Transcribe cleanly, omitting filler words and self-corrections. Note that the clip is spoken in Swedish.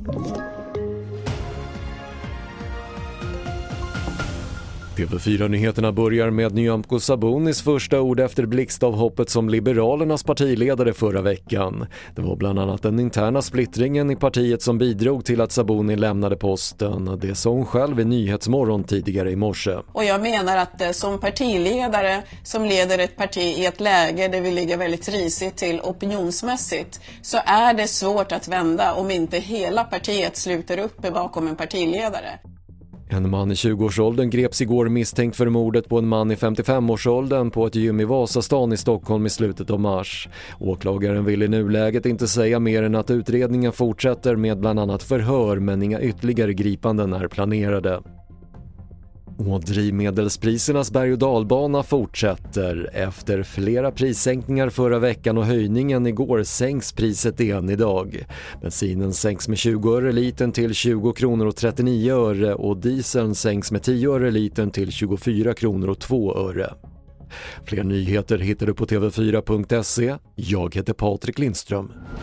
TV4-nyheterna börjar med Nyamko Sabunis första ord efter blixtavhoppet som Liberalernas partiledare förra veckan. Det var bland annat den interna splittringen i partiet som bidrog till att Sabuni lämnade posten. Det sa hon själv i Nyhetsmorgon tidigare i morse. Och jag menar att som partiledare som leder ett parti i ett läge där vi ligger väldigt risigt till opinionsmässigt, så är det svårt att vända om inte hela partiet sluter upp bakom en partiledare. En man i 20-årsåldern greps igår misstänkt för mordet på en man i 55-årsåldern på ett gym i Vasastan i Stockholm i slutet av mars. Åklagaren vill i nuläget inte säga mer än att utredningen fortsätter med bland annat förhör, men inga ytterligare gripanden är planerade. Och drivmedelsprisernas berg- och dalbana fortsätter. Efter flera prissänkningar förra veckan och höjningen igår sänks priset igen idag. Bensinen sänks med 20 öre litern till 20 kronor och 39 öre och dieseln sänks med 10 öre litern till 24 kronor och 2 öre. Fler nyheter hittar du på tv4.se. Jag heter Patrik Lindström.